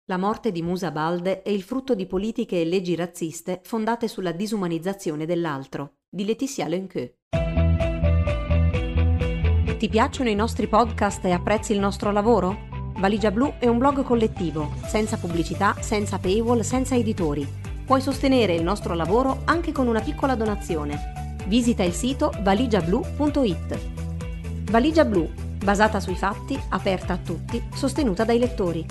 La morte di Musa Balde è il frutto di politiche e leggi razziste fondate sulla disumanizzazione dell'altro, di Laetitia Lenqueux. Ti piacciono i nostri podcast e apprezzi il nostro lavoro? Valigia Blu è un blog collettivo, senza pubblicità, senza paywall, senza editori. Puoi sostenere il nostro lavoro anche con una piccola donazione. Visita il sito valigiablu.it. Valigia Blu, basata sui fatti, aperta a tutti, sostenuta dai lettori.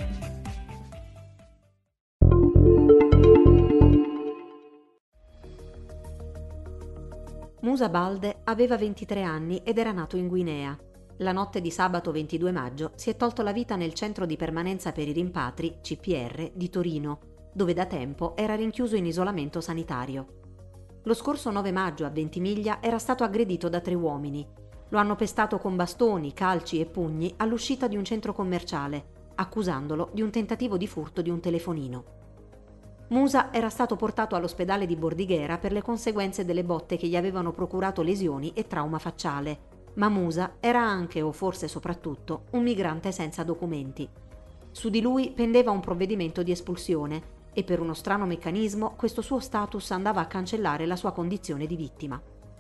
Musa Balde aveva 23 anni ed era nato in Guinea. La notte di sabato 22 maggio si è tolto la vita nel centro di permanenza per i rimpatri, CPR, di Torino, dove da tempo era rinchiuso in isolamento sanitario. Lo scorso 9 maggio a Ventimiglia era stato aggredito da 3 uomini. Lo hanno pestato con bastoni, calci e pugni all'uscita di un centro commerciale, accusandolo di un tentativo di furto di un telefonino. Musa era stato portato all'ospedale di Bordighera per le conseguenze delle botte che gli avevano procurato lesioni e trauma facciale, ma Musa era anche, o forse soprattutto, un migrante senza documenti. Su di lui pendeva un provvedimento di espulsione e per uno strano meccanismo questo suo status andava a cancellare la sua condizione di vittima.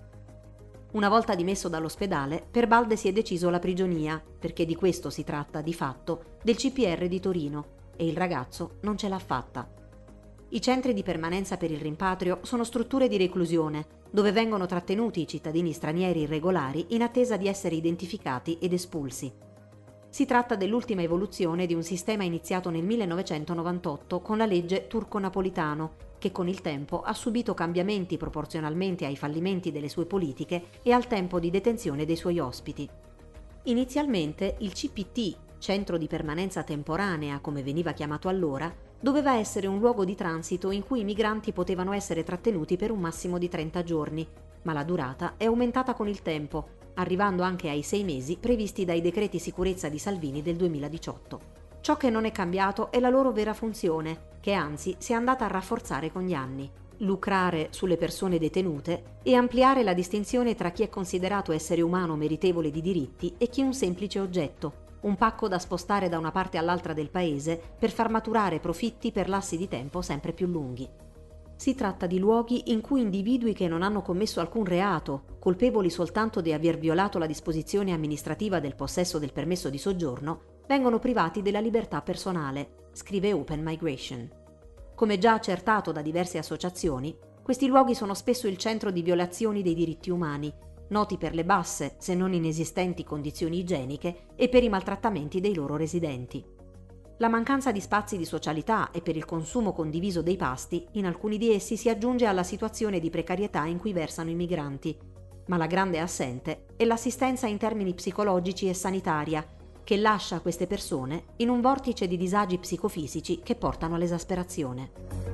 Una volta dimesso dall'ospedale, per Balde si è deciso la prigionia, perché di questo si tratta, di fatto, del CPR di Torino, e il ragazzo non ce l'ha fatta. I centri di permanenza per il rimpatrio sono strutture di reclusione, dove vengono trattenuti i cittadini stranieri irregolari in attesa di essere identificati ed espulsi. Si tratta dell'ultima evoluzione di un sistema iniziato nel 1998 con la legge Turco-Napolitano, che con il tempo ha subito cambiamenti proporzionalmente ai fallimenti delle sue politiche e al tempo di detenzione dei suoi ospiti. Inizialmente il CPT, Centro di Permanenza Temporanea, come veniva chiamato allora, doveva essere un luogo di transito in cui i migranti potevano essere trattenuti per un massimo di 30 giorni, ma la durata è aumentata con il tempo, arrivando anche ai 6 mesi previsti dai decreti sicurezza di Salvini del 2018. Ciò che non è cambiato è la loro vera funzione, che anzi si è andata a rafforzare con gli anni: lucrare sulle persone detenute e ampliare la distinzione tra chi è considerato essere umano meritevole di diritti e chi è un semplice oggetto, un pacco da spostare da una parte all'altra del paese per far maturare profitti per lassi di tempo sempre più lunghi. Si tratta di luoghi in cui individui che non hanno commesso alcun reato, colpevoli soltanto di aver violato la disposizione amministrativa del possesso del permesso di soggiorno, vengono privati della libertà personale, scrive Open Migration. Come già accertato da diverse associazioni, questi luoghi sono spesso il centro di violazioni dei diritti umani, noti per le basse, se non inesistenti, condizioni igieniche e per i maltrattamenti dei loro residenti. La mancanza di spazi di socialità e per il consumo condiviso dei pasti in alcuni di essi si aggiunge alla situazione di precarietà in cui versano i migranti, ma la grande assente è l'assistenza in termini psicologici e sanitaria, che lascia queste persone in un vortice di disagi psicofisici che portano all'esasperazione.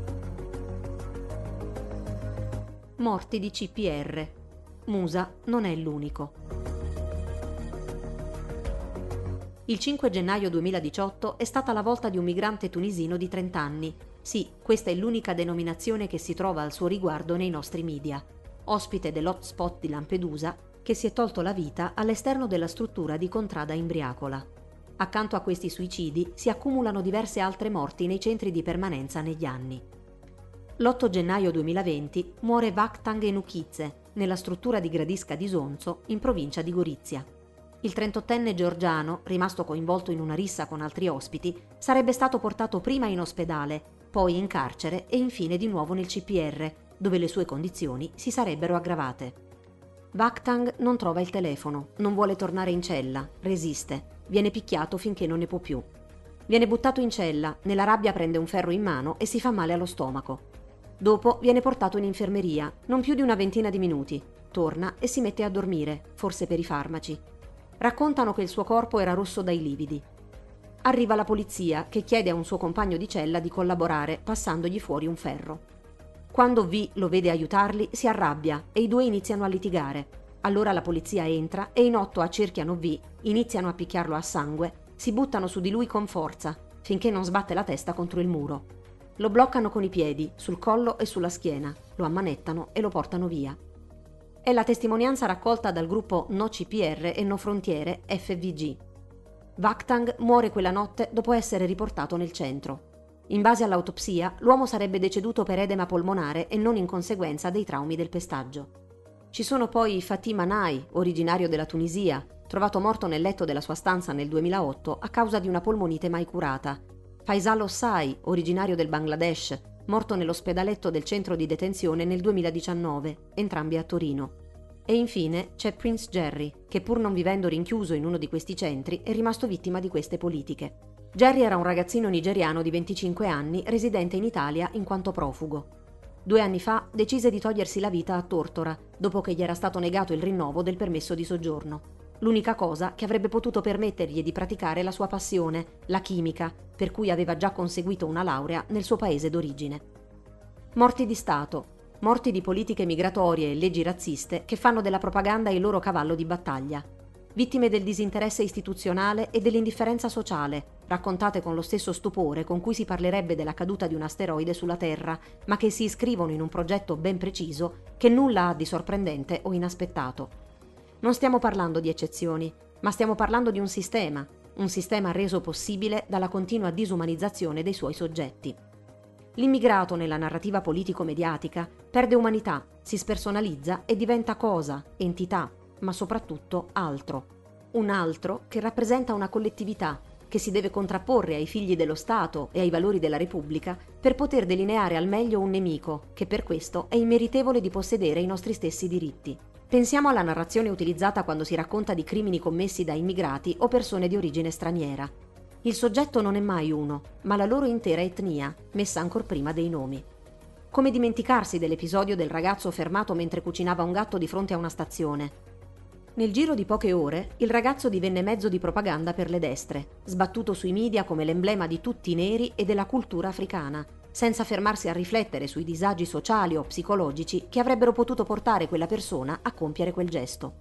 Morti di CPR. Musa non è l'unico. Il 5 gennaio 2018 è stata la volta di un migrante tunisino di 30 anni. Sì, questa è l'unica denominazione che si trova al suo riguardo nei nostri media. Ospite dell'hotspot di Lampedusa, che si è tolto la vita all'esterno della struttura di Contrada Imbriacola. Accanto a questi suicidi si accumulano diverse altre morti nei centri di permanenza negli anni. L'8 gennaio 2020 muore Vakhtang Enukidze nella struttura di Gradisca di Sonzo, in provincia di Gorizia. Il 38enne georgiano, rimasto coinvolto in una rissa con altri ospiti, sarebbe stato portato prima in ospedale, poi in carcere e infine di nuovo nel CPR, dove le sue condizioni si sarebbero aggravate. Vakhtang non trova il telefono, non vuole tornare in cella, resiste, viene picchiato finché non ne può più. Viene buttato in cella, nella rabbia prende un ferro in mano e si fa male allo stomaco. Dopo viene portato in infermeria, non più di una ventina di minuti. Torna e si mette a dormire, forse per i farmaci. Raccontano che il suo corpo era rosso dai lividi. Arriva la polizia, che chiede a un suo compagno di cella di collaborare, passandogli fuori un ferro. Quando V lo vede aiutarli, si arrabbia e i due iniziano a litigare. Allora la polizia entra e in 8 accerchiano V, iniziano a picchiarlo a sangue, si buttano su di lui con forza, finché non sbatte la testa contro il muro. Lo bloccano con i piedi, sul collo e sulla schiena, lo ammanettano e lo portano via. È la testimonianza raccolta dal gruppo No CPR e No Frontiere FVG. Vakhtang muore quella notte dopo essere riportato nel centro. In base all'autopsia, l'uomo sarebbe deceduto per edema polmonare e non in conseguenza dei traumi del pestaggio. Ci sono poi Fatih Manai, originario della Tunisia, trovato morto nel letto della sua stanza nel 2008 a causa di una polmonite mai curata. Faisal Ossai, originario del Bangladesh, morto nell'ospedaletto del centro di detenzione nel 2019, entrambi a Torino. E infine c'è Prince Jerry, che pur non vivendo rinchiuso in uno di questi centri è rimasto vittima di queste politiche. Jerry era un ragazzino nigeriano di 25 anni residente in Italia in quanto profugo. 2 anni fa decise di togliersi la vita a Tortora, dopo che gli era stato negato il rinnovo del permesso di soggiorno. L'unica cosa che avrebbe potuto permettergli di praticare la sua passione, la chimica, per cui aveva già conseguito una laurea nel suo paese d'origine. Morti di Stato, morti di politiche migratorie e leggi razziste che fanno della propaganda il loro cavallo di battaglia. Vittime del disinteresse istituzionale e dell'indifferenza sociale, raccontate con lo stesso stupore con cui si parlerebbe della caduta di un asteroide sulla Terra, ma che si iscrivono in un progetto ben preciso che nulla ha di sorprendente o inaspettato. Non stiamo parlando di eccezioni, ma stiamo parlando di un sistema reso possibile dalla continua disumanizzazione dei suoi soggetti. L'immigrato nella narrativa politico-mediatica perde umanità, si spersonalizza e diventa cosa, entità, ma soprattutto altro. Un altro che rappresenta una collettività, che si deve contrapporre ai figli dello Stato e ai valori della Repubblica per poter delineare al meglio un nemico, che per questo è immeritevole di possedere i nostri stessi diritti. Pensiamo alla narrazione utilizzata quando si racconta di crimini commessi da immigrati o persone di origine straniera. Il soggetto non è mai uno, ma la loro intera etnia, messa ancor prima dei nomi. Come dimenticarsi dell'episodio del ragazzo fermato mentre cucinava un gatto di fronte a una stazione? Nel giro di poche ore, il ragazzo divenne mezzo di propaganda per le destre, sbattuto sui media come l'emblema di tutti i neri e della cultura africana, senza fermarsi a riflettere sui disagi sociali o psicologici che avrebbero potuto portare quella persona a compiere quel gesto.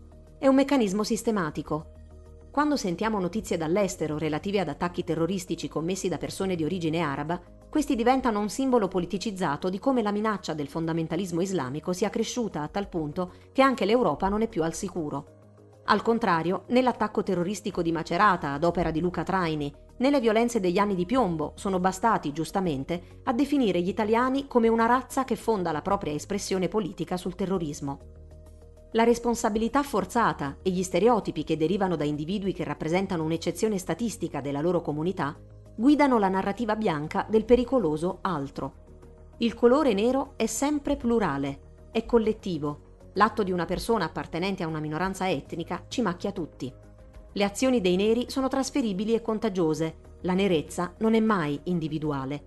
È un meccanismo sistematico. Quando sentiamo notizie dall'estero relative ad attacchi terroristici commessi da persone di origine araba, questi diventano un simbolo politicizzato di come la minaccia del fondamentalismo islamico sia cresciuta a tal punto che anche l'Europa non è più al sicuro. Al contrario, né l'attacco terroristico di Macerata ad opera di Luca Traini, né le violenze degli anni di piombo sono bastati, giustamente, a definire gli italiani come una razza che fonda la propria espressione politica sul terrorismo. La responsabilità forzata e gli stereotipi che derivano da individui che rappresentano un'eccezione statistica della loro comunità guidano la narrativa bianca del pericoloso altro. Il colore nero è sempre plurale, è collettivo. L'atto di una persona appartenente a una minoranza etnica ci macchia tutti. Le azioni dei neri sono trasferibili e contagiose, la nerezza non è mai individuale.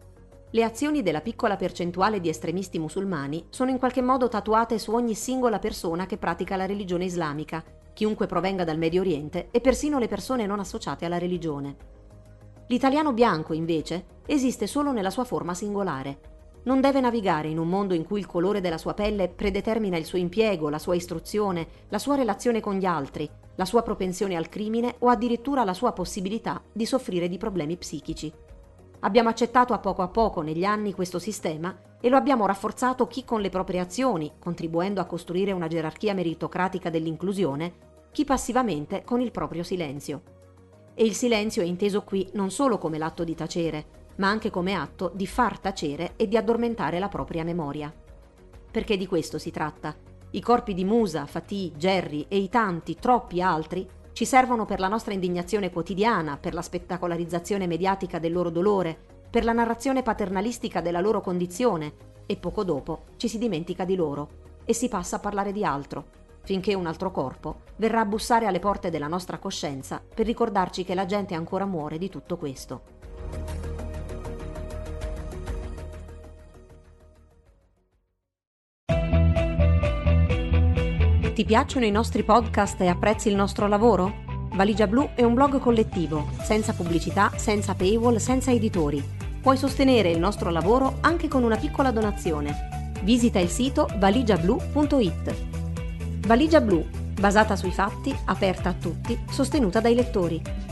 Le azioni della piccola percentuale di estremisti musulmani sono in qualche modo tatuate su ogni singola persona che pratica la religione islamica, chiunque provenga dal Medio Oriente e persino le persone non associate alla religione. L'italiano bianco, invece, esiste solo nella sua forma singolare. Non deve navigare in un mondo in cui il colore della sua pelle predetermina il suo impiego, la sua istruzione, la sua relazione con gli altri, la sua propensione al crimine o addirittura la sua possibilità di soffrire di problemi psichici. Abbiamo accettato a poco negli anni questo sistema e lo abbiamo rafforzato chi con le proprie azioni, contribuendo a costruire una gerarchia meritocratica dell'inclusione, chi passivamente con il proprio silenzio. E il silenzio è inteso qui non solo come l'atto di tacere, ma anche come atto di far tacere e di addormentare la propria memoria. Perché di questo si tratta. I corpi di Musa, Fatih, Jerry e i tanti, troppi altri ci servono per la nostra indignazione quotidiana, per la spettacolarizzazione mediatica del loro dolore, per la narrazione paternalistica della loro condizione e poco dopo ci si dimentica di loro e si passa a parlare di altro, finché un altro corpo verrà a bussare alle porte della nostra coscienza per ricordarci che la gente ancora muore di tutto questo. Ti piacciono i nostri podcast e apprezzi il nostro lavoro? Valigia Blu è un blog collettivo, senza pubblicità, senza paywall, senza editori. Puoi sostenere il nostro lavoro anche con una piccola donazione. Visita il sito valigiablu.it. Valigia Blu, basata sui fatti, aperta a tutti, sostenuta dai lettori.